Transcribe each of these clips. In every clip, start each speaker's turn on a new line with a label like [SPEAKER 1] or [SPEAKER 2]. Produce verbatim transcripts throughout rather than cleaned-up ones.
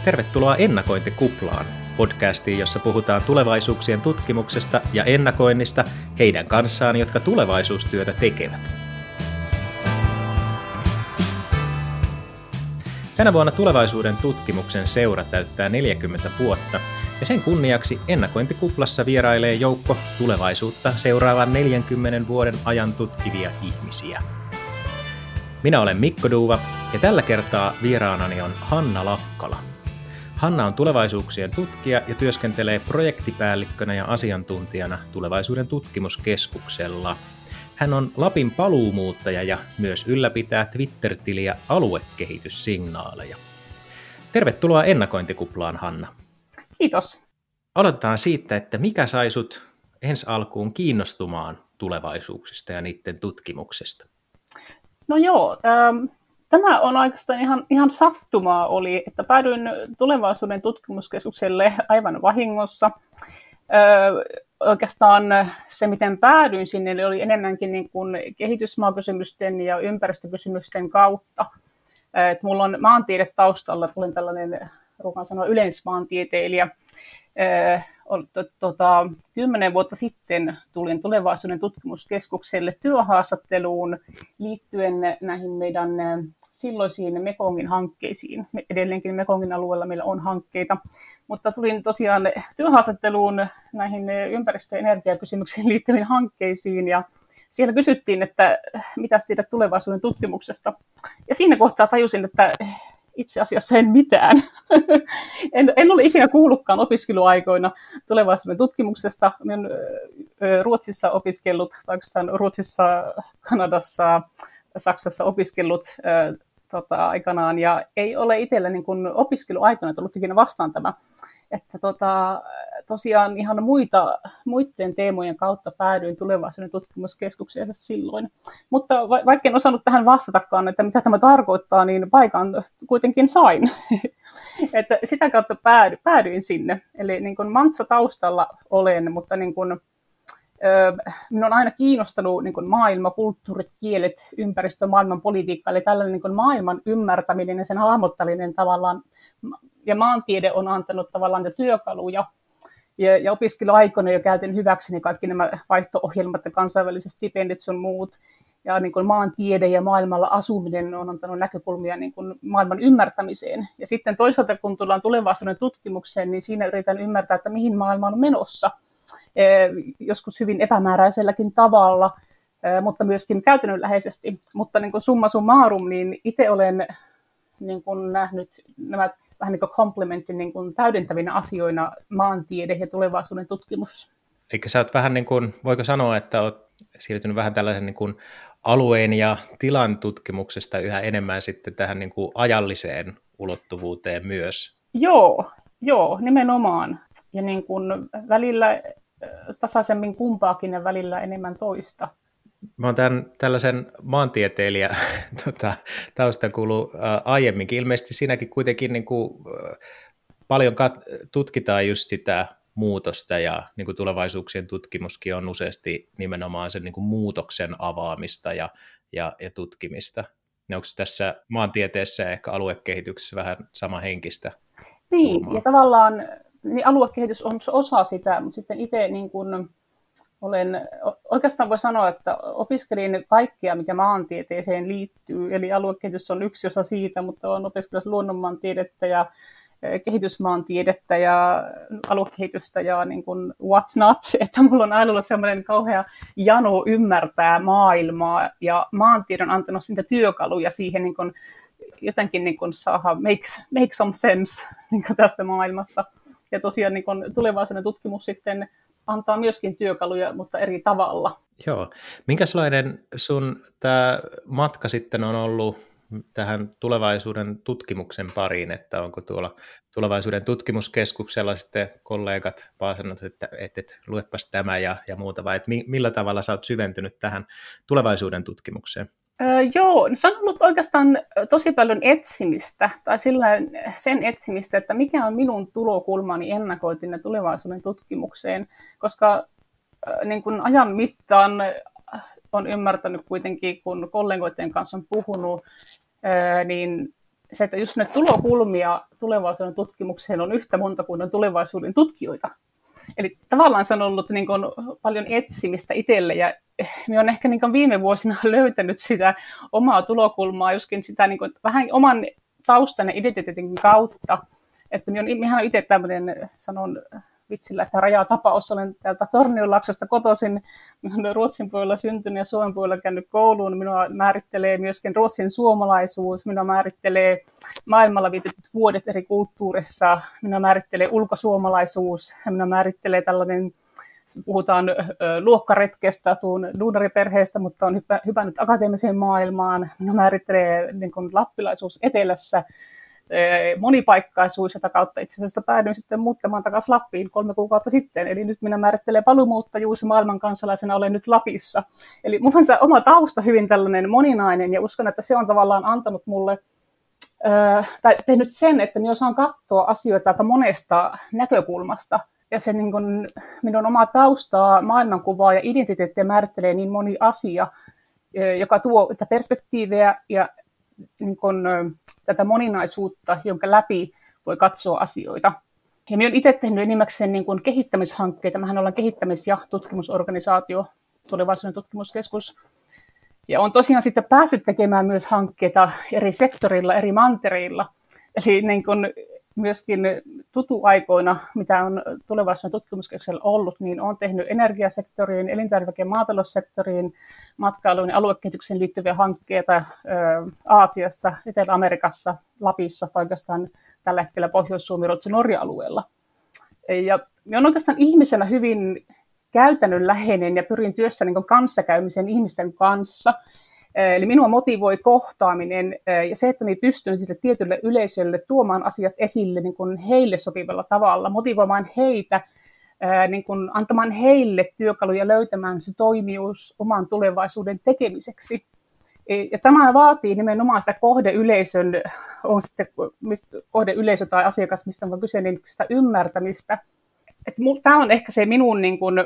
[SPEAKER 1] Tervetuloa Ennakointikuplaan, podcastiin, jossa puhutaan tulevaisuuksien tutkimuksesta ja ennakoinnista heidän kanssaan, jotka tulevaisuustyötä tekevät. Tänä vuonna tulevaisuuden tutkimuksen seura täyttää neljäkymmentä vuotta, ja sen kunniaksi Ennakointikuplassa vierailee joukko tulevaisuutta seuraavan neljänkymmenen vuoden ajan tutkivia ihmisiä. Minä olen Mikko Duuva, ja tällä kertaa vieraanani on Hanna Lakkala. Hanna on tulevaisuuksien tutkija ja työskentelee projektipäällikkönä ja asiantuntijana Tulevaisuuden tutkimuskeskuksella. Hän on Lapin paluumuuttaja ja myös ylläpitää Twitter-tiliä Aluekehityssignaaleja. Tervetuloa Ennakointikuplaan, Hanna.
[SPEAKER 2] Kiitos.
[SPEAKER 1] Aloitetaan siitä, että mikä sai sut ensi alkuun kiinnostumaan tulevaisuuksista ja niiden tutkimuksesta?
[SPEAKER 2] No joo, ähm, tämä on oikeastaan ihan, ihan sattumaa oli, että päädyin Tulevaisuuden tutkimuskeskukselle aivan vahingossa. Öö, oikeastaan se, miten päädyin sinne, oli enemmänkin niin kuin kehitysmaakysymysten ja ympäristökysymysten kautta. Et mulla on maantiede taustalla, olen tällainen, ruukaan sanoa, yleismaantieteilijä. Öö, Tota, kymmenen vuotta sitten tulin Tulevaisuuden tutkimuskeskukselle työhaastatteluun liittyen näihin meidän silloisiin Mekongin hankkeisiin. Edelleenkin Mekongin alueella meillä on hankkeita, mutta tulin tosiaan työhaastatteluun näihin ympäristö- ja energiakysymyksiin liittyviin hankkeisiin, ja siellä kysyttiin, että mitä tiedät tulevaisuuden tutkimuksesta. Ja siinä kohtaa tajusin, että itse asiassa en mitään. en, en ole ikinä kuullutkaan opiskeluaikoina tulevaisuuden tutkimuksesta. Olen Ruotsissa opiskellut, tai oikeastaan Ruotsissa, Kanadassa, Saksassa opiskellut äh, tota, aikanaan, ja ei ole itsellä niin kuin opiskeluaikana tullut ikinä vastaan tämä. Että tota, tosiaan ihan muita, muiden teemojen kautta päädyin Tulevaisuuden tutkimuskeskukseen silloin. Mutta va- vaikka en osannut tähän vastatakaan, että mitä tämä tarkoittaa, niin paikan kuitenkin sain. Että sitä kautta päädy, päädyin sinne. Eli niin kuin Mantsa-taustalla olen, mutta niin kuin, ö, minun on aina kiinnostanut niin kuin maailma, kulttuurit, kielet, ympäristö, maailman politiikka, eli tällainen niin kuin maailman ymmärtäminen ja sen hahmottaminen tavallaan. Ja maantiede on antanut tavallaan niitä työkaluja. Ja, ja opiskeluaikoina jo käytin hyväkseni kaikki nämä vaihto-ohjelmat ja kansainväliset stipendit sun muut. Ja niin kuin maantiede ja maailmalla asuminen on antanut näkökulmia niin kuin maailman ymmärtämiseen. Ja sitten toisaalta, kun tullaan tulevaisuuden tutkimukseen, niin siinä yritän ymmärtää, että mihin maailma on menossa. Joskus hyvin epämääräiselläkin tavalla, mutta myöskin käytännönläheisesti. Mutta niin kuin summa summarum, niin itse olen niin kuin nähnyt nämä vähän niin kuin komplementin niin kuin täydentävinä asioina maantiede ja tulevaisuuden tutkimus.
[SPEAKER 1] Eli sä oot vähän niin kuin, voiko sanoa, että oot siirtynyt vähän tällaisen niin kuin alueen ja tilan tutkimuksesta yhä enemmän sitten tähän niin kuin ajalliseen ulottuvuuteen myös?
[SPEAKER 2] Joo, joo, nimenomaan. Ja niin kuin välillä tasaisemmin kumpaakin ja välillä enemmän toista.
[SPEAKER 1] Mä oon tämän, tällaisen maantieteilijä tota, taustan kuullut ää, aiemminkin. Ilmeisesti siinäkin kuitenkin niin kuin, ää, paljon kat- tutkitaan just sitä muutosta, ja niin kuin tulevaisuuksien tutkimuskin on useasti nimenomaan sen niin kuin muutoksen avaamista ja, ja, ja tutkimista. Ne onko tässä maantieteessä ja ehkä aluekehityksessä vähän samanhenkistä?
[SPEAKER 2] Niin,
[SPEAKER 1] kulmaa?
[SPEAKER 2] Ja tavallaan niin aluekehitys on osa sitä, mutta sitten itse niin kuin olen, oikeastaan voi sanoa, että opiskelin kaikkea, mikä maantieteeseen liittyy, eli aluekehitys on yksi osa siitä, mutta olen opiskellut luonnonmaantiedettä ja kehitysmaantiedettä ja aluekehitystä ja niin kuin what's not, että mulla on aina ollut sellainen kauhea jano ymmärtää maailmaa, ja maantiede on antanut siitä työkaluja siihen niin kuin jotenkin niin kuin saada make, make some sense niin kuin tästä maailmasta. Ja tosiaan niin kuin tulevaisuuden tutkimus sitten antaa myöskin työkaluja, mutta eri tavalla.
[SPEAKER 1] Joo. Minkälainen sun tämä matka sitten on ollut tähän tulevaisuuden tutkimuksen pariin, että onko tuolla tulevaisuuden tutkimuskeskuksella sitten kollegat paasannut, että, että, että luepas tämä ja, ja muuta, vai että millä tavalla sä oot syventynyt tähän tulevaisuuden tutkimukseen?
[SPEAKER 2] Öö, joo, se on ollut oikeastaan tosi paljon etsimistä, tai sillä sen etsimistä, että mikä on minun tulokulmani ennakoitin tulevaisuuden tutkimukseen, koska äh, niin kuin ajan mittaan on ymmärtänyt kuitenkin, kun kollegoiden kanssa on puhunut, äh, niin se, että just ne tulokulmia tulevaisuuden tutkimukseen on yhtä monta kuin on tulevaisuuden tutkijoita. Eli tavallaan se on ollut niin kuin paljon etsimistä itselle, ja minä olen ehkä niin kuin viime vuosina löytänyt sitä omaa tulokulmaa, joskin sitä niin kuin vähän oman taustan ja identiteetin kautta. Että minä olen ihan itse tämmöinen, sanon vitsillä, että rajatapaus. Olen täältä Tornionlaaksosta kotoisin, minä olen Ruotsin puolella syntynyt ja Suomen puolella käynyt kouluun. Minua määrittelee myöskin Ruotsin suomalaisuus, minua määrittelee maailmalla vietetyt vuodet eri kulttuurissa, minua määrittelee ulkosuomalaisuus, minua määrittelee tällainen, puhutaan luokkaretkestä, tuun duunariperheestä, mutta on hypännyt akateemiseen maailmaan, minua määrittelee niin kuin lappilaisuus etelässä, monipaikkaisuus, jota kautta itse asiassa päädyin sitten muuttamaan takaisin Lappiin kolme kuukautta sitten. Eli nyt minä määrittelen paluumuuttajuus ja maailman kansalaisena olen nyt Lapissa. Eli minulla on tämä oma tausta hyvin tällainen moninainen, ja uskon, että se on tavallaan antanut mulle, äh, tai tehnyt sen, että minä osaan katsoa asioita aika monesta näkökulmasta. Ja se niin kuin, minun omaa taustaa, maailmankuvaa ja identiteettiä määrittelee niin moni asia, joka tuo perspektiivejä ja niin kuin, tätä moninaisuutta, jonka läpi voi katsoa asioita. Ja minä olen itse tehnyt enimmäkseen niin kuin kehittämishankkeita. Mehän ollaan kehittämis- ja tutkimusorganisaatio, tulevaisuuden tutkimuskeskus. Ja olen tosiaan sitten päässyt tekemään myös hankkeita eri sektorilla, eri mantereilla. Eli niin kuin myöskin tutuaikoina, mitä on tulevaisuuden tutkimuskeskuksella ollut, niin olen tehnyt energiasektoriin, elintarvike- ja maataloussektoriin, matkailuun ja aluekehityksen liittyviä hankkeita ä, Aasiassa, Etelä-Amerikassa, Lapissa tai oikeastaan tällä hetkellä Pohjois-Suomi, Ruotsi, Norja-alueella. Ja minä olen oikeastaan ihmisenä hyvin käytännönläheinen ja pyrin työssä niin kuin kanssakäymisen ihmisten kanssa. Eli minua motivoi kohtaaminen ja se, että minä pystyn sille tietylle yleisölle tuomaan asiat esille niin kuin heille sopivalla tavalla, motivoimaan heitä, niin kuin antamaan heille työkaluja löytämään se toimijuus oman tulevaisuuden tekemiseksi. Ja tämä vaatii nimenomaan sitä kohdeyleisön, on sitten kohdeyleisö tai asiakas, mistä on kyse, niin sitä ymmärtämistä. Että tämä on ehkä se minun niin kuin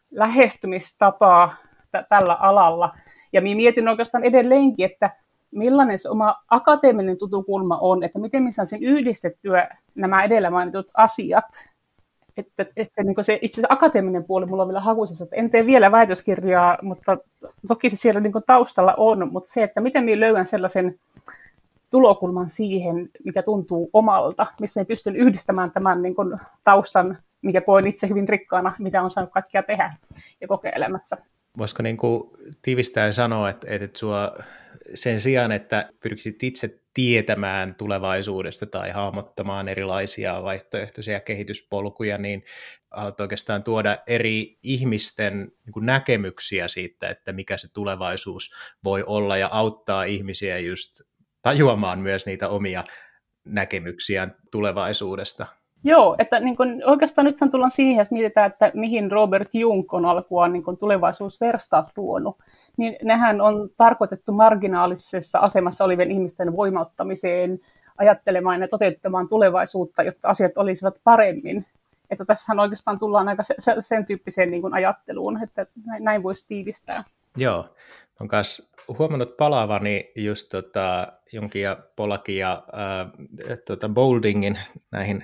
[SPEAKER 2] lähestymistapa t- tällä alalla. Ja minä mietin oikeastaan edelleenkin, että millainen se oma akateeminen tutukulma on, että miten minä saisin yhdistettyä nämä edellä mainitut asiat. Että, että se, niin se itse asiassa akateeminen puoli mulla on vielä hakuisessa, että en tee vielä väitöskirjaa, mutta toki se siellä niin taustalla on, mutta se, että miten minä löydän sellaisen tulokulman siihen, mikä tuntuu omalta, missä pystyn yhdistämään tämän niin taustan, mikä koen itse hyvin rikkaana, mitä on saanut kaikkea tehdä ja kokea elämässä.
[SPEAKER 1] Voisiko niin kuin tiivistää ja sanoa, että, että sua sen sijaan, että pyrkisit itse tietämään tulevaisuudesta tai hahmottamaan erilaisia vaihtoehtoisia kehityspolkuja, niin alat oikeastaan tuoda eri ihmisten niin kuin näkemyksiä siitä, että mikä se tulevaisuus voi olla, ja auttaa ihmisiä just tajuamaan myös niitä omia näkemyksiään tulevaisuudesta.
[SPEAKER 2] Joo, että niin kun, oikeastaan nythän tullaan siihen, että mietitään, että mihin Robert Jung on alkuaan niin tulevaisuusverstaat luonut, niin nehän on tarkoitettu marginaalisessa asemassa olevien ihmisten voimauttamiseen, ajattelemaan ja toteuttamaan tulevaisuutta, jotta asiat olisivat paremmin. Että tässähän oikeastaan tullaan aika se, se, sen tyyppiseen niin kun ajatteluun, että näin voisi tiivistää.
[SPEAKER 1] Joo, olen myös huomannut palaavani just tota, Jungin ja Pollackin ja äh, tota Bouldingin näihin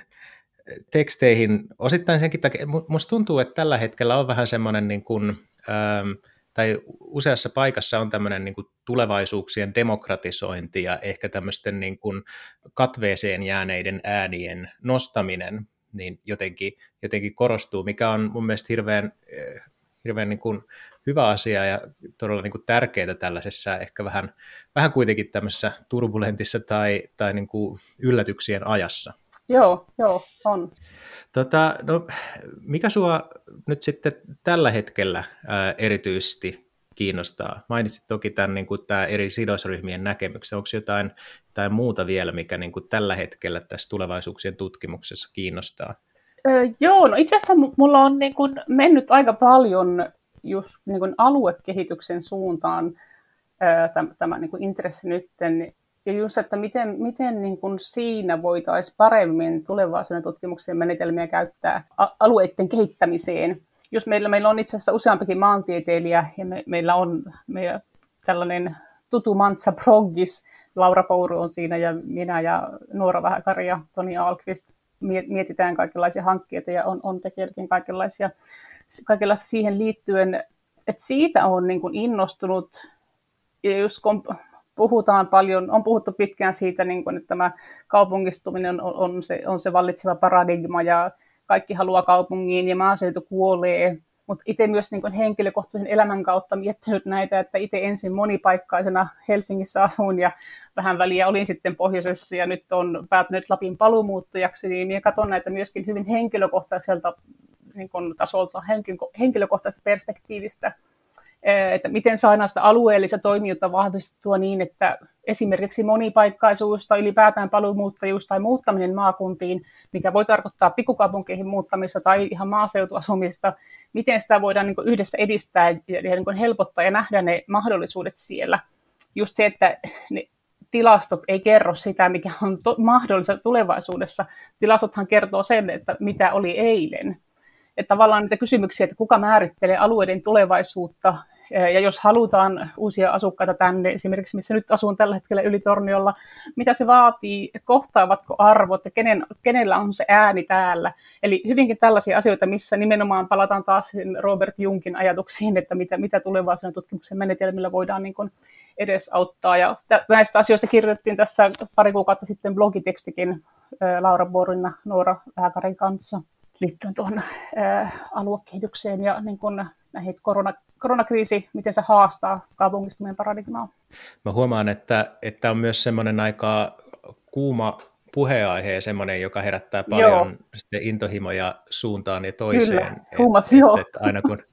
[SPEAKER 1] teksteihin osittain senkin takia. Musta tuntuu, että tällä hetkellä on vähän semmoinen, niin kuin, ähm, tai useassa paikassa on tämmöinen niin kuin tulevaisuuksien demokratisointi ja ehkä tämmöisten niin kuin katveeseen jääneiden äänien nostaminen niin jotenkin, jotenkin korostuu, mikä on mun mielestä hirveän, hirveän niin kuin hyvä asia ja todella niin kuin tärkeää tällaisessa ehkä vähän, vähän kuitenkin tämmöisessä turbulentissa tai, tai niin kuin yllätyksien ajassa.
[SPEAKER 2] Joo, joo, on.
[SPEAKER 1] Tota, no, mikä sua nyt sitten tällä hetkellä ää, erityisesti kiinnostaa? Mainitsit toki tämän niin kuin tämä eri sidosryhmien näkemyksen. Onko jotain, jotain muuta vielä, mikä niin kuin tällä hetkellä tässä tulevaisuuksien tutkimuksessa kiinnostaa?
[SPEAKER 2] Öö, joo, no itse asiassa mulla on niin kuin mennyt aika paljon just niin kuin aluekehityksen suuntaan öö, tämä, tämä niin kuin intressi nytten. Ja just, että miten, miten niin kuin siinä voitaisiin paremmin tulevaisuuden tutkimuksen menetelmiä käyttää alueiden kehittämiseen. Jos meillä, meillä on itse asiassa useampikin maantieteilijä ja me, meillä on meillä tällainen Tutu Mantsa Proggis. Laura Pouru on siinä ja minä ja Noora Vähäkari ja Toni Ahlqvist mietitään kaikenlaisia hankkeita ja on, on tekijöilläkin kaikenlaisia, kaikenlaista siihen liittyen, että siitä on niin kuin innostunut, ja just kun puhutaan paljon, on puhuttu pitkään siitä, niin kuin, että tämä kaupungistuminen on, on, se, on se vallitseva paradigma ja kaikki haluaa kaupungiin ja maaseutu kuolee, mutta itse myös niin kuin henkilökohtaisen elämän kautta miettinyt näitä, että itse ensin monipaikkaisena Helsingissä asun ja vähän väliä olin sitten pohjoisessa ja nyt on päätynyt Lapin paluumuuttajaksi, niin minä katson näitä myöskin hyvin henkilökohtaiselta niin kuin tasolta, henkilökohtaisesta perspektiivistä, että miten saadaan sitä alueellista toimijuutta vahvistettua niin, että esimerkiksi monipaikkaisuus tai ylipäätään paluumuuttajuus tai muuttaminen maakuntiin, mikä voi tarkoittaa pikkukaupunkeihin muuttamista tai ihan maaseutuasumista, miten sitä voidaan niin kuin yhdessä edistää ja niin kuin helpottaa ja nähdä ne mahdollisuudet siellä. Just se, että ne tilastot ei kerro sitä, mikä on to- mahdollista tulevaisuudessa. Tilastothan kertoo sen, että mitä oli eilen. Että tavallaan niitä kysymyksiä, että kuka määrittelee alueiden tulevaisuutta, ja jos halutaan uusia asukkaita tänne, esimerkiksi missä nyt asun tällä hetkellä Ylitorniolla, mitä se vaatii, kohtaavatko arvot ja kenen, kenellä on se ääni täällä. Eli hyvinkin tällaisia asioita, missä nimenomaan palataan taas Robert Jungin ajatuksiin, että mitä, mitä tulevaisuuden tutkimuksen menetelmillä voidaan niin kuin edesauttaa. Ja näistä asioista kirjoitettiin tässä pari kuukautta sitten blogitekstikin Laura Pourun ja Noora Vähäkarin kanssa liittyen tuohon ää, aluekehitykseen ja niin kun näihin korona, koronakriisi, miten se haastaa kaupungistumisen paradigmaa.
[SPEAKER 1] Mä huomaan, että, että on myös semmoinen aika kuuma puheenaihe ja semmoinen, joka herättää paljon intohimoja suuntaan ja toiseen.
[SPEAKER 2] Kyllä, huumas, et, joo.
[SPEAKER 1] Et, et aina kun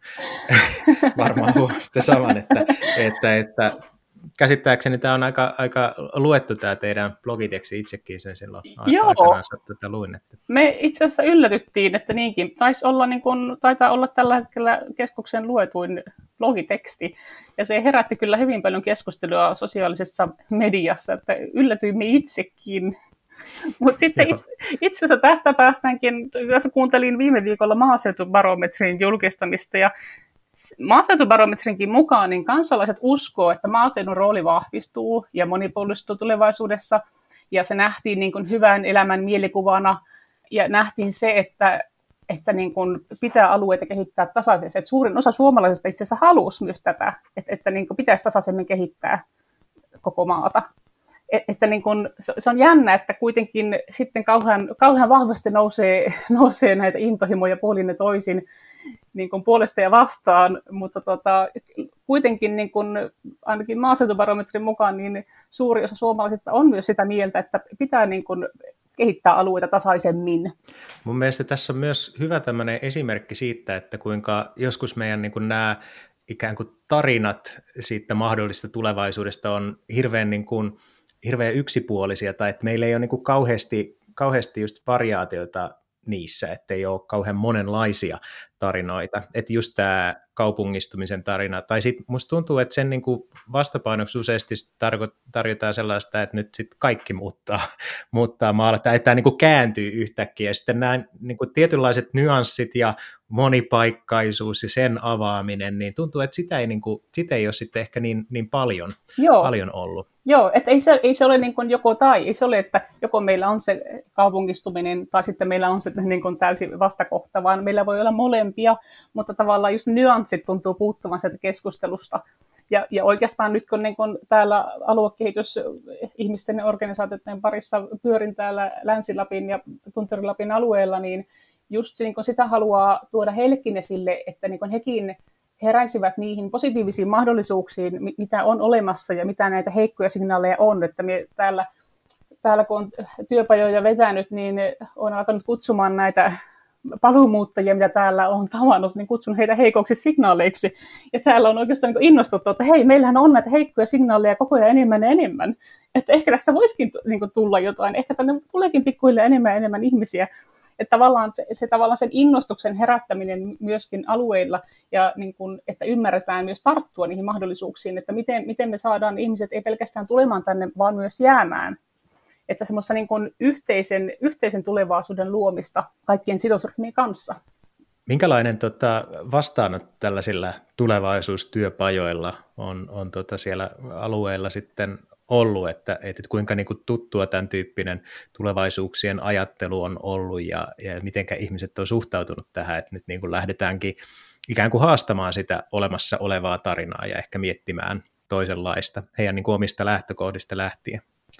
[SPEAKER 1] varmaan huomasitte saman, että, että, että käsittääkseni tämä on aika, aika luettu tämä teidän blogiteksti, itsekin sen silloin aikanaan tätä luin. Että.
[SPEAKER 2] Me itse asiassa yllätyttiin, että niinkin. Taisi olla, niin kuin, taitaa olla tällä hetkellä keskuksen luetuin blogiteksti, ja se herätti kyllä hyvin paljon keskustelua sosiaalisessa mediassa, että yllätyimme itsekin. Mutta sitten itse, itse asiassa tästä päästäänkin, tässä kuuntelin viime viikolla maaseutubarometrin julkistamista, ja maaseutubarometrinkin mukaan niin kansalaiset uskoo, että maaseudun rooli vahvistuu ja monipuolistuu tulevaisuudessa, ja se nähtiin niin kuin hyvän elämän mielikuvana, ja nähtiin se, että, että niin kuin pitää alueita kehittää tasaisesti. Että suurin osa suomalaisista itse asiassa halusi myös tätä, että, että niin kuin pitäisi tasaisemmin kehittää koko maata. Että niin kun, se on jännä, että kuitenkin sitten kauhean, kauhean vahvasti nousee, nousee näitä intohimoja puolin ja toisin niin kun puolesta ja vastaan, mutta tota, kuitenkin niin kun, ainakin maaseutubarometrin mukaan niin suuri osa suomalaisista on myös sitä mieltä, että pitää niin kun kehittää alueita tasaisemmin.
[SPEAKER 1] Mun mielestä tässä on myös hyvä tämmöinen esimerkki siitä, että kuinka joskus meidän niin kun nämä ikään kuin tarinat siitä mahdollisesta tulevaisuudesta on hirveän niin kuin hirveän yksipuolisia, tai että meillä ei ole niin kuin kauheasti, kauheasti just variaatioita niissä, ettei ole kauhean monenlaisia tarinoita. Että just tämä kaupungistumisen tarina, tai sitten musta tuntuu, että sen niin kuin vastapainoksi useasti tarko- tarjotaan sellaista, että nyt sitten kaikki muuttaa, muuttaa maalla, että tämä niin kuin kääntyy yhtäkkiä, ja sitten nämä niin kuin tietynlaiset nyanssit ja monipaikkaisuus ja sen avaaminen, niin tuntuu, että sitä ei, niin kuin, sitä ei ole sitten ehkä niin, niin paljon, paljon ollut.
[SPEAKER 2] Joo, että ei se, ei se ole niin kuin joko tai, ei se ole, että joko meillä on se kaupungistuminen tai sitten meillä on se niin kuin täysin vastakohta, vaan meillä voi olla molempia, mutta tavallaan just nyanssit tuntuu puuttuvan sieltä keskustelusta. Ja, ja oikeastaan nyt kun niin kun täällä aluekehitys ihmisten ja organisaatioiden parissa pyörin täällä Länsi-Lapin ja Tunturi-Lapin alueella, niin just niin kun sitä haluaa tuoda heillekin esille, että niin kun hekin heräisivät niihin positiivisiin mahdollisuuksiin, mitä on olemassa ja mitä näitä heikkoja signaaleja on. Että me täällä, täällä kun on työpajoja vetänyt, niin olen alkanut kutsumaan näitä paluumuuttajia, mitä täällä on tavannut, niin kutsun heitä heikoiksi signaaleiksi. Ja täällä on oikeastaan niin innostuttu, että hei, meillähän on näitä heikkoja signaaleja koko ajan enemmän ja enemmän. Että ehkä tästä voisikin niin kuin tulla jotain, ehkä tänne tuleekin pikkuhiljaa enemmän ja enemmän ihmisiä. Että tavallaan se, se tavallaan sen innostuksen herättäminen myöskin alueilla ja niin kuin, että ymmärretään myös tarttua niihin mahdollisuuksiin, että miten, miten me saadaan ihmiset ei pelkästään tulemaan tänne, vaan myös jäämään. Että semmoista niin kuin yhteisen, yhteisen tulevaisuuden luomista kaikkien sidosryhmien kanssa.
[SPEAKER 1] Minkälainen tota, vastaanotto tällaisilla tulevaisuustyöpajoilla on, on tota siellä alueella sitten ollut, että, että kuinka niin kuin tuttua tämän tyyppinen tulevaisuuksien ajattelu on ollut ja, ja mitenkä ihmiset on suhtautunut tähän, että nyt niin kuin lähdetäänkin ikään kuin haastamaan sitä olemassa olevaa tarinaa ja ehkä miettimään toisenlaista heidän niin kuin omista lähtökohdista lähtien.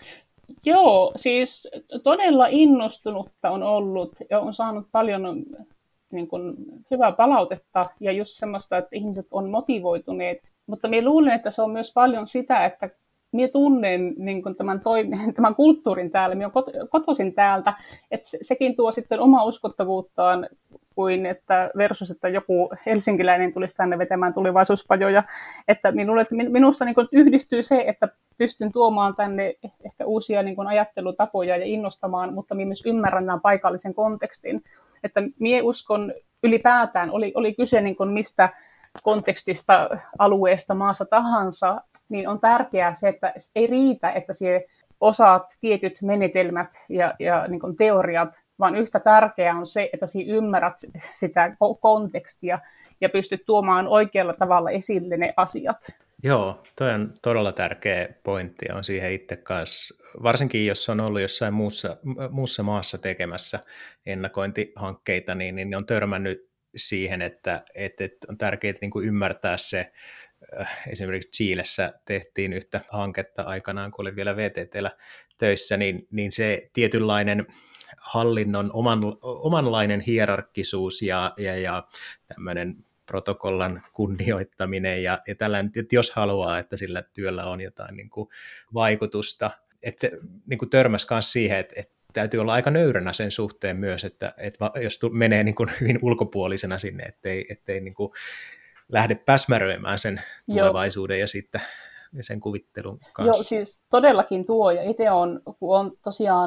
[SPEAKER 2] Joo, siis todella innostunutta on ollut ja on saanut paljon niin kuin, hyvää palautetta ja just semmoista, että ihmiset on motivoituneet. Mutta minä luulen, että se on myös paljon sitä, että minä tunnen niin kuin tämän, toim- tämän kulttuurin täällä, minä olen kotoisin täältä, että sekin tuo sitten omaa uskottavuuttaan kuin että versus, että joku helsinkiläinen tulisi tänne vetämään tulevaisuuspajoja. Että minulle, että minusta niin kuin yhdistyy se, että pystyn tuomaan tänne ehkä uusia niin kuin ajattelutapoja ja innostamaan, mutta minä myös ymmärrän tämän paikallisen kontekstin. Että minä uskon ylipäätään, oli, oli kyse niin kuin mistä kontekstista, alueesta, maassa tahansa, niin on tärkeää se, että ei riitä, että sinä osaat tietyt menetelmät ja, ja niin kuin teoriat, vaan yhtä tärkeää on se, että sinä ymmärrät sitä kontekstia ja pystyt tuomaan oikealla tavalla esille ne asiat.
[SPEAKER 1] Joo, toi on todella tärkeä pointti ja on siihen itse kanssa, varsinkin jos on ollut jossain muussa, muussa maassa tekemässä ennakointihankkeita, niin, niin on törmännyt siihen, että, että on tärkeää niin kuin ymmärtää se. Esimerkiksi Chilessä tehtiin yhtä hanketta aikanaan, kun olin vielä V T T:llä töissä, niin, niin se tietynlainen hallinnon oman, omanlainen hierarkkisuus ja, ja, ja tämmöinen protokollan kunnioittaminen ja, ja tällainen, että jos haluaa, että sillä työllä on jotain niin kuin vaikutusta, että se niin kuin törmäsi myös siihen, että, että täytyy olla aika nöyränä sen suhteen myös, että, että jos menee niin kuin hyvin ulkopuolisena sinne, ettei, ettei niin kuin lähde päsmäröimään sen tulevaisuuden Joo. ja sitten sen kuvittelun kanssa.
[SPEAKER 2] Joo, siis todellakin tuo, ja itse on, kun on tosiaan,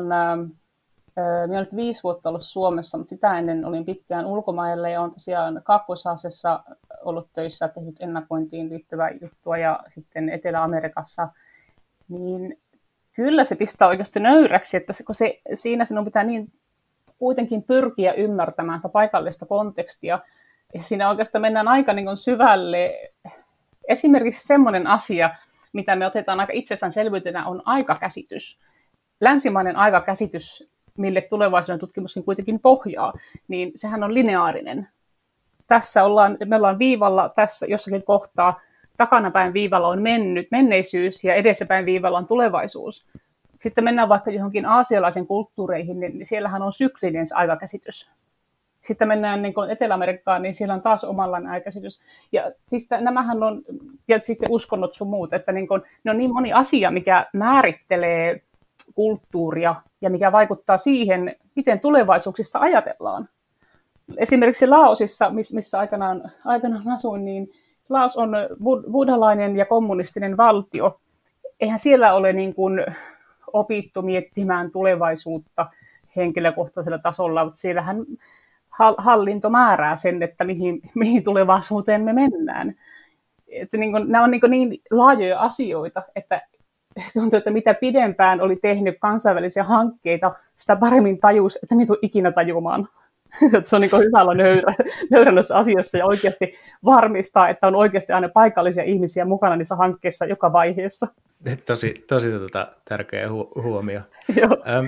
[SPEAKER 2] minä olen nyt viisi vuotta ollut Suomessa, mutta sitä ennen olin pitkään ulkomailla, ja olen tosiaan Kaakkois-Aasiassa ollut töissä, tehnyt ennakointiin liittyvää juttua, ja sitten Etelä-Amerikassa, niin kyllä se pistää oikeasti nöyräksi, että se, kun se, siinä sinun pitää niin kuitenkin pyrkiä ymmärtämään sitä paikallista kontekstia, ja siinä oikeastaan mennään aika niin kuin syvälle. Esimerkiksi semmoinen asia, mitä me otetaan aika itsestäänselvyytenä, on aikakäsitys. Länsimainen aikakäsitys, mille tulevaisuuden tutkimuskin kuitenkin pohjaa, niin sehän on lineaarinen. Tässä ollaan, me ollaan viivalla tässä jossakin kohtaa, takanapäin viivalla on mennyt menneisyys ja edessäpäin viivalla on tulevaisuus. Sitten mennään vaikka johonkin aasialaisen kulttuureihin, niin siellähän on syklinen aikakäsitys. Sitten mennään niin kuin Etelä-Amerikkaan, niin siellä on taas omanlainen aikakäsitys. Ja siis nämähän on, ja sitten uskonnot sun muut, että niin kuin, ne on niin moni asia, mikä määrittelee kulttuuria ja mikä vaikuttaa siihen, miten tulevaisuuksista ajatellaan. Esimerkiksi Laosissa, missä aikanaan, aikanaan asuin, niin Laos on buddhalainen ja kommunistinen valtio. Eihän siellä ole niin kuin opittu miettimään tulevaisuutta henkilökohtaisella tasolla, mutta siellähän hallinto määrää sen, että mihin, mihin tulevaisuuteen me mennään. Että niin kuin, nämä on niin, niin laajoja asioita, että tuntuu, että mitä pidempään oli tehnyt kansainvälisiä hankkeita, sitä paremmin tajus, että niitä on ikinä tajumaan. Se on niin kuin hyvä olla nöyrä, nöyrä noissa asioissa ja oikeasti varmistaa, että on oikeasti aina paikallisia ihmisiä mukana niissä hankkeissa joka vaiheessa.
[SPEAKER 1] Tosi, tosi tota, tärkeä hu- huomio. Ähm,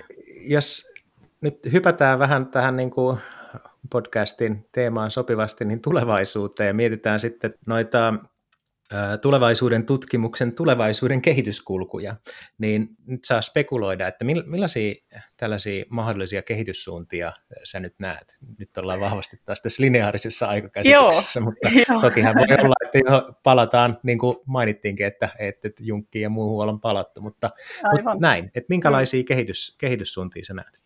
[SPEAKER 1] jos nyt hypätään vähän tähän niin kuin podcastin teemaan sopivasti niin tulevaisuuteen ja mietitään sitten noita ä, tulevaisuuden tutkimuksen tulevaisuuden kehityskulkuja, niin nyt saa spekuloida, että millaisia tällaisia mahdollisia kehityssuuntia sä nyt näet. Nyt ollaan vahvasti taas tässä lineaarisessa aikakäsityksessä, mutta joo. Tokihan voi olla, että palataan, niin kuin mainittiinkin, että, että Junkkiin ja muuhun on palattu, mutta, mutta näin, että minkälaisia kehitys, kehityssuuntia sä näet?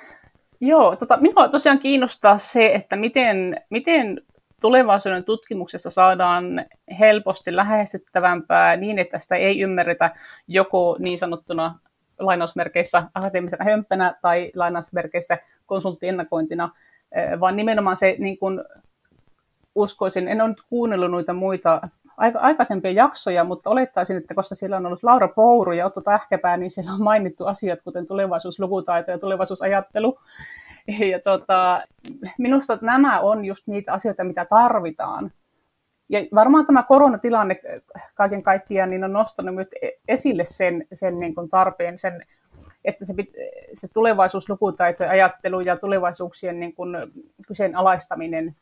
[SPEAKER 2] Joo, tota, minua tosiaan kiinnostaa se, että miten, miten tulevaisuuden tutkimuksessa saadaan helposti lähestyttävämpää niin, että sitä ei ymmärretä joko niin sanottuna lainausmerkeissä akateemisena hömppänä tai lainausmerkeissä konsulttiennakointina, vaan nimenomaan se, niin kuin uskoisin, en ole nyt kuunnellut noita muita aika, aikaisempia jaksoja, mutta olettaisin, että koska siellä on ollut Laura Pouru ja Otto Tähkäpää, niin siellä on mainittu asiat, kuten tulevaisuuslukutaito ja tulevaisuusajattelu. Ja tota, minusta nämä on just niitä asioita, mitä tarvitaan. Ja varmaan tämä koronatilanne kaiken kaikkiaan niin on nostanut myös esille sen, sen niin kuin tarpeen, sen, että se, se tulevaisuuslukutaito ja ajattelu ja tulevaisuuksien niin kuin kyseenalaistaminen,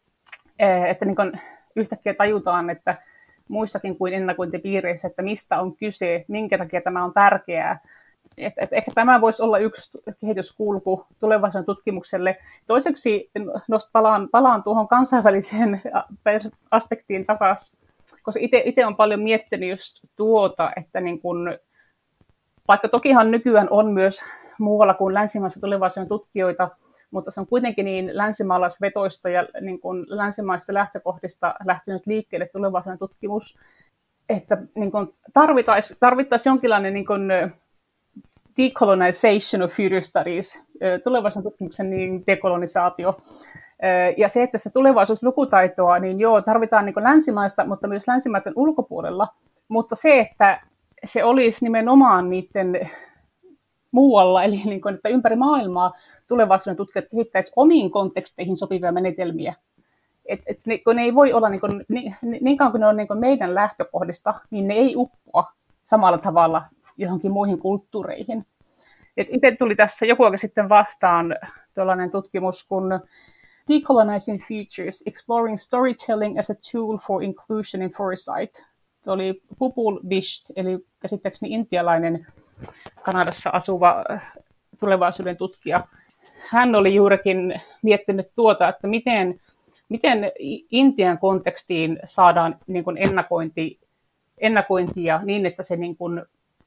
[SPEAKER 2] että niin kuin yhtäkkiä tajutaan, että muissakin kuin ennakointipiireissä, että mistä on kyse, minkä takia tämä on tärkeää. Et, et ehkä tämä voisi olla yksi kehityskulku tulevaisuuden tutkimukselle. Toiseksi nost, palaan, palaan tuohon kansainväliseen aspektiin takaisin, koska itse olen paljon miettinyt just tuota, että niin kun, vaikka tokihan nykyään on myös muualla kuin länsimaissa tulevaisuuden tutkijoita, mutta se on kuitenkin niin länsimaalaisvetoista ja niin kuin länsimaisista lähtökohdista lähtenyt liikkeelle tulevaisuuden tutkimus, että niin kuin tarvittaisiin tarvittais jonkinlainen niin kuin decolonization of future studies, tulevaisuuden tutkimuksen niin dekolonisaatio. Ja se, että se tulevaisuuslukutaitoa, niin joo, tarvitaan niin kuin länsimaissa, mutta myös länsimaiden ulkopuolella. Mutta se, että se olisi nimenomaan niiden muualla, eli niin kuin, että ympäri maailmaa tulevaisuuden tutkijat kehittäisivät omiin konteksteihin sopivia menetelmiä. Et, et ne, kun ne ei voi olla, niin, kuin, niin, niin kauan kuin ne on niin kuin meidän lähtökohdista, niin ne ei uppoa samalla tavalla johonkin muihin kulttuureihin. Et itse tuli tässä joku aika sitten vastaan tuollainen tutkimus kuin Decolonizing Futures, Exploring Storytelling as a Tool for Inclusion and Foresight. Tuo oli Pupul Bisht, eli käsittääkseni intialainen Kanadassa asuva tulevaisuuden tutkija. Hän oli juurikin miettinyt tuota, että miten, miten Intian kontekstiin saadaan niin kuin ennakointi, ennakointia niin, että se niin kuin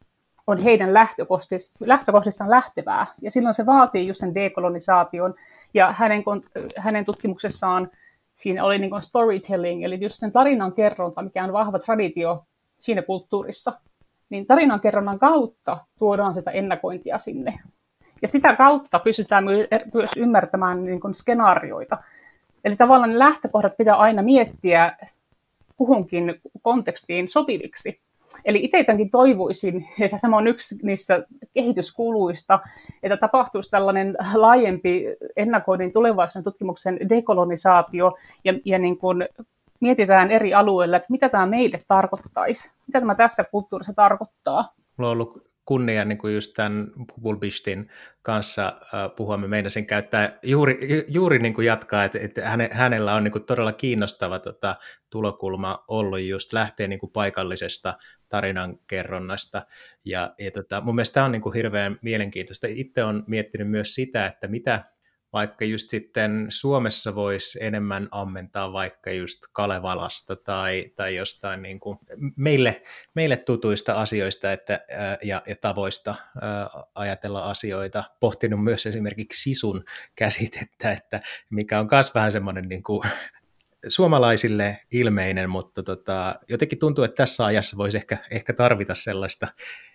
[SPEAKER 2] on heidän lähtökohdistaan lähtevää. Ja silloin se vaatii just sen dekolonisaation. Ja hänen, hänen tutkimuksessaan siinä oli niin kuin storytelling, eli just sen tarinan kerronta, mikä on vahva traditio siinä kulttuurissa. Niin tarinankerronnan kautta tuodaan sitä ennakointia sinne. Ja sitä kautta pystytään myös ymmärtämään niin kuin skenaarioita. Eli tavallaan ne lähtökohdat pitää aina miettiä kuhunkin kontekstiin sopiviksi. Eli itseäänkin toivoisin, että tämä on yksi niistä kehityskuluista, että tapahtuisi tällainen laajempi ennakoinnin tulevaisuuden tutkimuksen dekolonisaatio ja, ja niin kuin mietitään eri alueilla, että mitä tämä meille tarkoittaisi, mitä tämä tässä kulttuurissa tarkoittaa.
[SPEAKER 1] Mulla on ollut kunnia niin kuin just tämän Pupul Bishtin kanssa äh, puhua, me meinasin käyttää juuri, juuri niin kuin jatkaa, että, että häne, hänellä on niin kuin todella kiinnostava tota, tulokulma ollut just lähteä niin kuin paikallisesta tarinankerronnasta, ja, ja tota, mun mielestä tämä on niin kuin hirveän mielenkiintoista. Itse olen miettinyt myös sitä, että mitä vaikka just sitten Suomessa voisi enemmän ammentaa vaikka just Kalevalasta tai, tai jostain niin kuin meille, meille tutuista asioista että, ja, ja tavoista ää, ajatella asioita. Pohtinut myös esimerkiksi sisun käsitettä, että mikä on myös vähän semmoinen niin kuin suomalaisille ilmeinen, mutta tota, jotenkin tuntuu, että tässä ajassa voisi ehkä, ehkä tarvita sellaista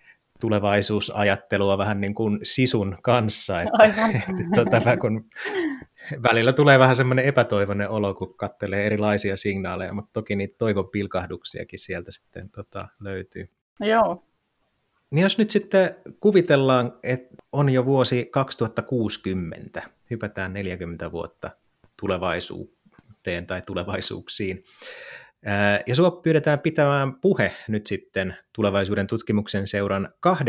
[SPEAKER 1] tulevaisuusajattelua vähän niin kuin sisun kanssa, että, että tuota, kun välillä tulee vähän semmoinen epätoivoinen olo, kun katselee erilaisia signaaleja, mutta toki niitä toivon pilkahduksiakin sieltä sitten tota, löytyy.
[SPEAKER 2] Joo.
[SPEAKER 1] Niin jos nyt sitten kuvitellaan, että on jo vuosi kaksituhattakuusikymmentä, hypätään neljäkymmentä vuotta tulevaisuuteen tai tulevaisuuksiin, ja sinua pyydetään pitämään puhe nyt sitten tulevaisuuden tutkimuksen seuran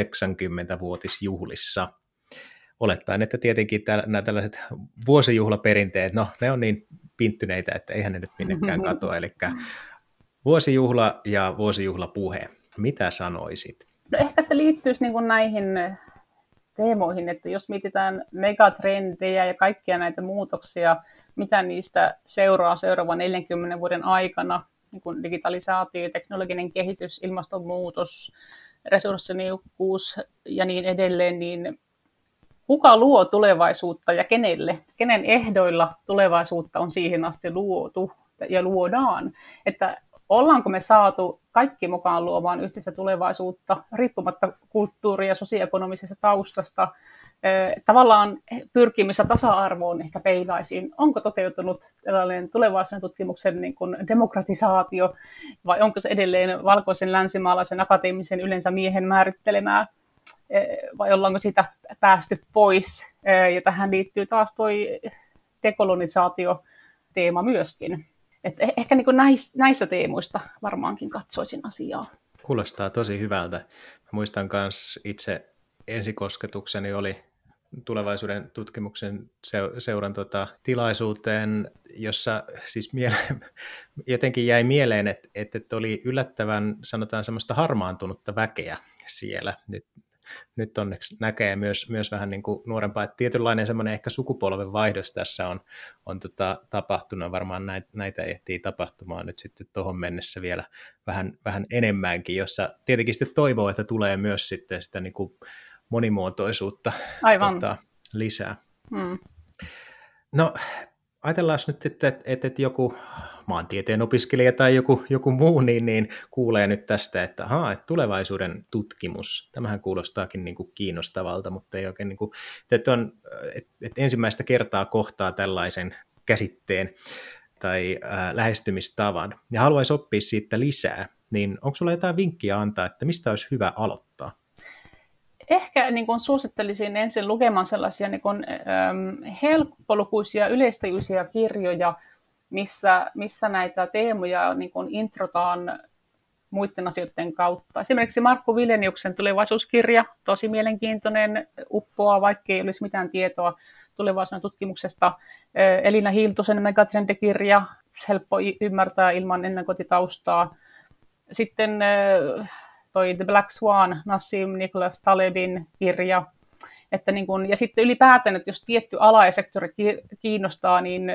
[SPEAKER 1] kahdeksankymmentävuotisjuhlissa. Olettaen, että tietenkin nämä tällaiset vuosijuhlaperinteet, no ne on niin pinttyneitä, että eihän ne nyt minnekään katoa. Eli vuosijuhla ja vuosijuhlapuhe, mitä sanoisit?
[SPEAKER 2] No ehkä se liittyisi niin kuin näihin teemoihin, että jos mietitään megatrendejä ja kaikkia näitä muutoksia, mitä niistä seuraa seuraavan neljänkymmenen vuoden aikana, niin kuin digitalisaatio, teknologinen kehitys, ilmastonmuutos, resurssiniukkuus ja niin edelleen, niin kuka luo tulevaisuutta ja kenelle? Kenen ehdoilla tulevaisuutta on siihen asti luotu ja luodaan? Että ollaanko me saatu kaikki mukaan luomaan yhteistä tulevaisuutta riippumatta kulttuuri- ja sosioekonomisesta taustasta? Tavallaan pyrkimistä tasa-arvoon ehkä peilaisiin. Onko toteutunut tällainen tulevaisuuden tutkimuksen niin kuin demokratisaatio vai onko se edelleen valkoisen länsimaalaisen akateemisen yleensä miehen määrittelemää? vai ollaanko siitä päästy pois. Ja tähän liittyy taas tuo dekolonisaatio-teema myöskin. Et ehkä niin kuin näissä teemoista varmaankin katsoisin asiaa.
[SPEAKER 1] Kuulostaa tosi hyvältä. Mä muistan myös itse ensikosketukseni oli tulevaisuuden tutkimuksen seuran tota, tilaisuuteen, jossa siis miele- jotenkin jäi mieleen, että, että oli yllättävän, sanotaan semmoista harmaantunutta väkeä siellä. Nyt, nyt onneksi näkee myös, myös vähän niin kuin nuorempaa, että tietynlainen semmoinen ehkä sukupolven vaihdos tässä on, on tota, tapahtunut. Varmaan näitä, näitä ehtii tapahtumaan nyt sitten tuohon mennessä vielä vähän, vähän enemmänkin, jossa tietenkin sitten toivoo, että tulee myös sitten sitä niin kuin monimuotoisuutta tota, lisää. Hmm. No ajatellaan nyt, että, että, että joku maantieteen opiskelija tai joku, joku muu niin, niin kuulee nyt tästä, että, aha, että tulevaisuuden tutkimus, tämähän kuulostaakin niin kuin kiinnostavalta, mutta ei oikein, niin kuin, että, on, että, että ensimmäistä kertaa kohtaa tällaisen käsitteen tai äh, lähestymistavan ja haluaisi oppia siitä lisää, niin onko sulla jotain vinkkiä antaa, että mistä olisi hyvä aloittaa?
[SPEAKER 2] Ehkä niin kun suosittelisin ensin lukemaan sellaisia niin kun, ähm, helppolukuisia, yleistajuisia kirjoja, missä, missä näitä teemoja niin kun introtaan muiden asioiden kautta. Esimerkiksi Markku Vileniuksen tulevaisuuskirja, tosi mielenkiintoinen, uppoaa, vaikka ei olisi mitään tietoa tulevaisuuden tutkimuksesta. Elina Hiltusen Megatrendikirja, helppo ymmärtää ilman ennakointitaustaa. Sitten toi The Black Swan, Nassim Nicholas Talebin kirja. Että niin kun, ja sitten ylipäätään, että jos tietty ala ja sektori kiinnostaa, niin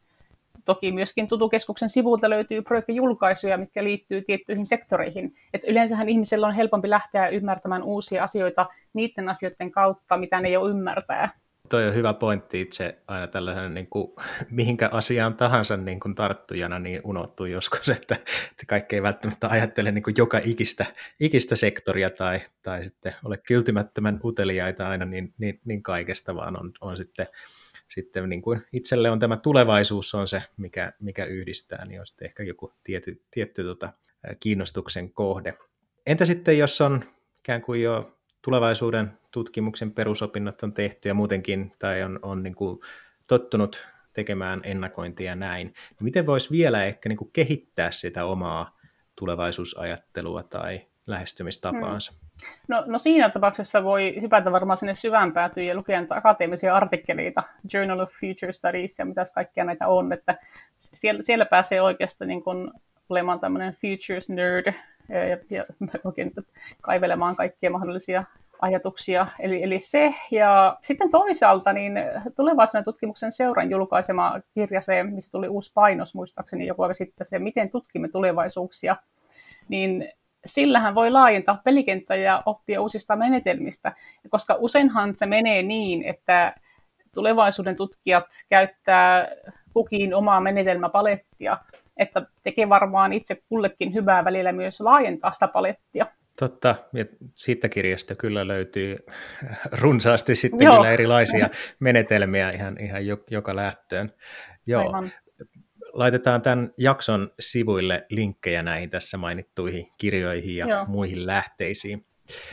[SPEAKER 2] toki myöskin Tutukeskuksen sivulta löytyy projektijulkaisuja, mitkä liittyy tiettyihin sektoreihin. Että yleensähän ihmisellä on helpompi lähteä ymmärtämään uusia asioita niiden asioiden kautta, mitä ne jo ymmärtää.
[SPEAKER 1] Toi on hyvä pointti itse aina tällaisen, niin kuin, mihinkä asiaan tahansa niin kuin tarttujana, niin unohtuu joskus, että, että kaikki ei välttämättä ajattele niin kuin joka ikistä, ikistä sektoria tai, tai sitten ole kyltymättömän uteliaita aina niin, niin, niin kaikesta, vaan on, on sitten, sitten niin kuin itselle on tämä tulevaisuus on se, mikä, mikä yhdistää, niin on sitten ehkä joku tietty, tietty tota, kiinnostuksen kohde. Entä sitten, jos on ikään kuin jo tulevaisuuden tutkimuksen perusopinnot on tehty ja muutenkin, tai on, on niin kuin tottunut tekemään ennakointia ja näin, niin miten voisi vielä ehkä niin kuin kehittää sitä omaa tulevaisuusajattelua tai lähestymistapaansa? Hmm.
[SPEAKER 2] No, no siinä tapauksessa voi hypätä varmaan sinne syvään päätyyn ja lukea akateemisia artikkeleita, Journal of Future Studies ja mitäs kaikkia näitä on, että siellä, siellä pääsee oikeastaan niin kuin olemaan tämmöinen futures nerd, ja, ja oikein kaivelemaan kaikkia mahdollisia ajatuksia. Eli, eli se, ja sitten toisaalta niin tulevaisuuden tutkimuksen seuran julkaisema kirja, se, missä tuli uusi painos muistaakseni joku aika sitten, se Miten tutkimme tulevaisuuksia, niin sillähän voi laajentaa pelikenttää ja oppia uusista menetelmistä, koska useinhan se menee niin, että tulevaisuuden tutkijat käyttää kukin omaa menetelmäpalettia, että tekee varmaan itse kullekin hyvää välillä myös laajentaa sitä palettia.
[SPEAKER 1] Totta, ja siitä kirjasta kyllä löytyy runsaasti sitten kyllä erilaisia menetelmiä ihan, ihan joka lähtöön. Joo. Aivan. Laitetaan tämän jakson sivuille linkkejä näihin tässä mainittuihin kirjoihin ja Joo. muihin lähteisiin.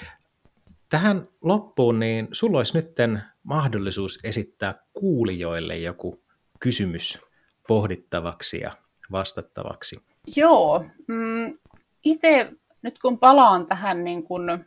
[SPEAKER 1] Tähän loppuun, niin sulla olisi nyt mahdollisuus esittää kuulijoille joku kysymys pohdittavaksi ja vastattavaksi.
[SPEAKER 2] Joo, mm, itse nyt kun palaan tähän, niin kun, äh,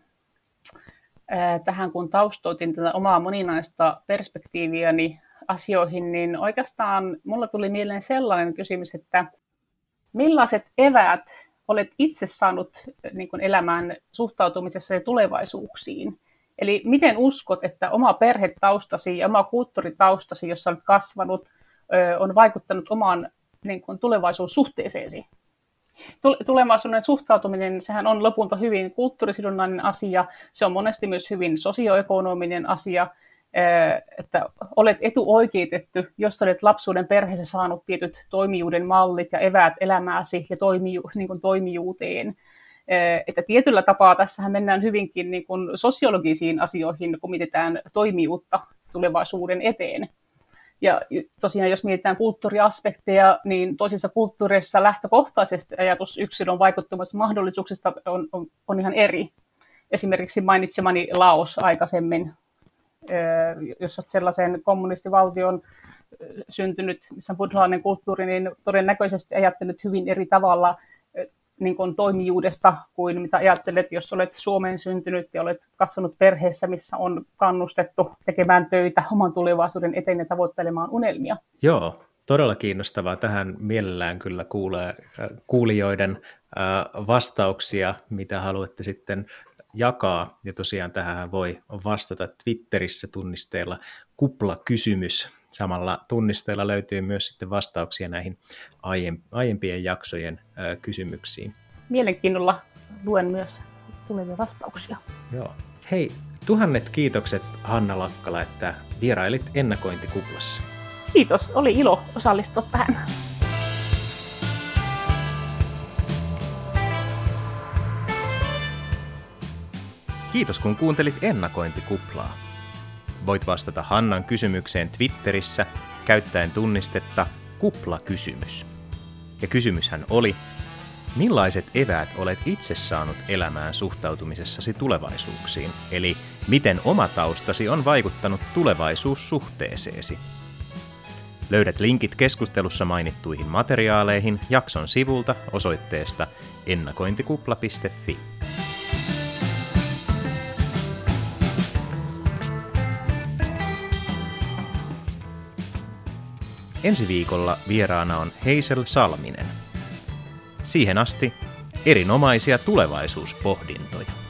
[SPEAKER 2] tähän kun taustoitin tätä omaa moninaista perspektiiviäni asioihin, niin oikeastaan mulla tuli mieleen sellainen kysymys, että millaiset eväät olet itse saanut niin kun elämään suhtautumisessa ja tulevaisuuksiin? Eli miten uskot, että oma perhetaustasi ja oma kulttuuritaustasi, jossa olet kasvanut, on vaikuttanut omaan niin kuin tulevaisuussuhteeseesi? Tulevaisuuden suhtautuminen, sehän on lopulta hyvin kulttuurisidonnainen asia. Se on monesti myös hyvin sosioekonominen asia, että olet etuoikeutettu, jos olet lapsuuden perheessä saanut tietyt toimijuuden mallit ja eväät elämääsi ja toimiju, niin kuin toimijuuteen. Että tietyllä tapaa tässähän mennään hyvinkin niin kuin sosiologisiin asioihin, kun mietitään toimijuutta tulevaisuuden eteen. Ja tosiaan, jos mietitään kulttuuriaspekteja, niin toisissa kulttuureissa lähtökohtaisesti ajatus yksilön vaikuttamassa mahdollisuuksista on, on, on ihan eri. esimerkiksi mainitsemani Laos aikaisemmin, jos olet sellaisen kommunistivaltion syntynyt, missä on buddhalainen kulttuuri, niin todennäköisesti ajattelet hyvin eri tavalla niin kuin toimijuudesta kuin mitä ajattelet, jos olet Suomeen syntynyt ja olet kasvanut perheessä, missä on kannustettu tekemään töitä oman tulevaisuuden eteen ja tavoittelemaan unelmia.
[SPEAKER 1] Joo, todella kiinnostavaa. Tähän mielellään kyllä kuulee kuulijoiden vastauksia, mitä haluatte sitten jakaa. Ja tosiaan tähän voi vastata Twitterissä tunnisteella kuplakysymys. Samalla tunnisteella löytyy myös sitten vastauksia näihin aiempien jaksojen kysymyksiin.
[SPEAKER 2] Mielenkiinnolla luen myös tulevia vastauksia.
[SPEAKER 1] Joo. Hei, tuhannet kiitokset Hanna Lakkala, että vierailit Ennakointikuplassa.
[SPEAKER 2] Kiitos, oli ilo osallistua tähän.
[SPEAKER 1] Kiitos kun kuuntelit Ennakointikuplaa. Voit vastata Hannan kysymykseen Twitterissä käyttäen tunnistetta kuplakysymys. Ja kysymyshän oli, millaiset eväät olet itse saanut elämään suhtautumisessasi tulevaisuuksiin, eli miten oma taustasi on vaikuttanut tulevaisuussuhteeseesi. Löydät linkit keskustelussa mainittuihin materiaaleihin jakson sivulta osoitteesta ennakointikupla piste fi. Ensi viikolla vieraana on Heisel Salminen. Siihen asti erinomaisia tulevaisuuspohdintoja.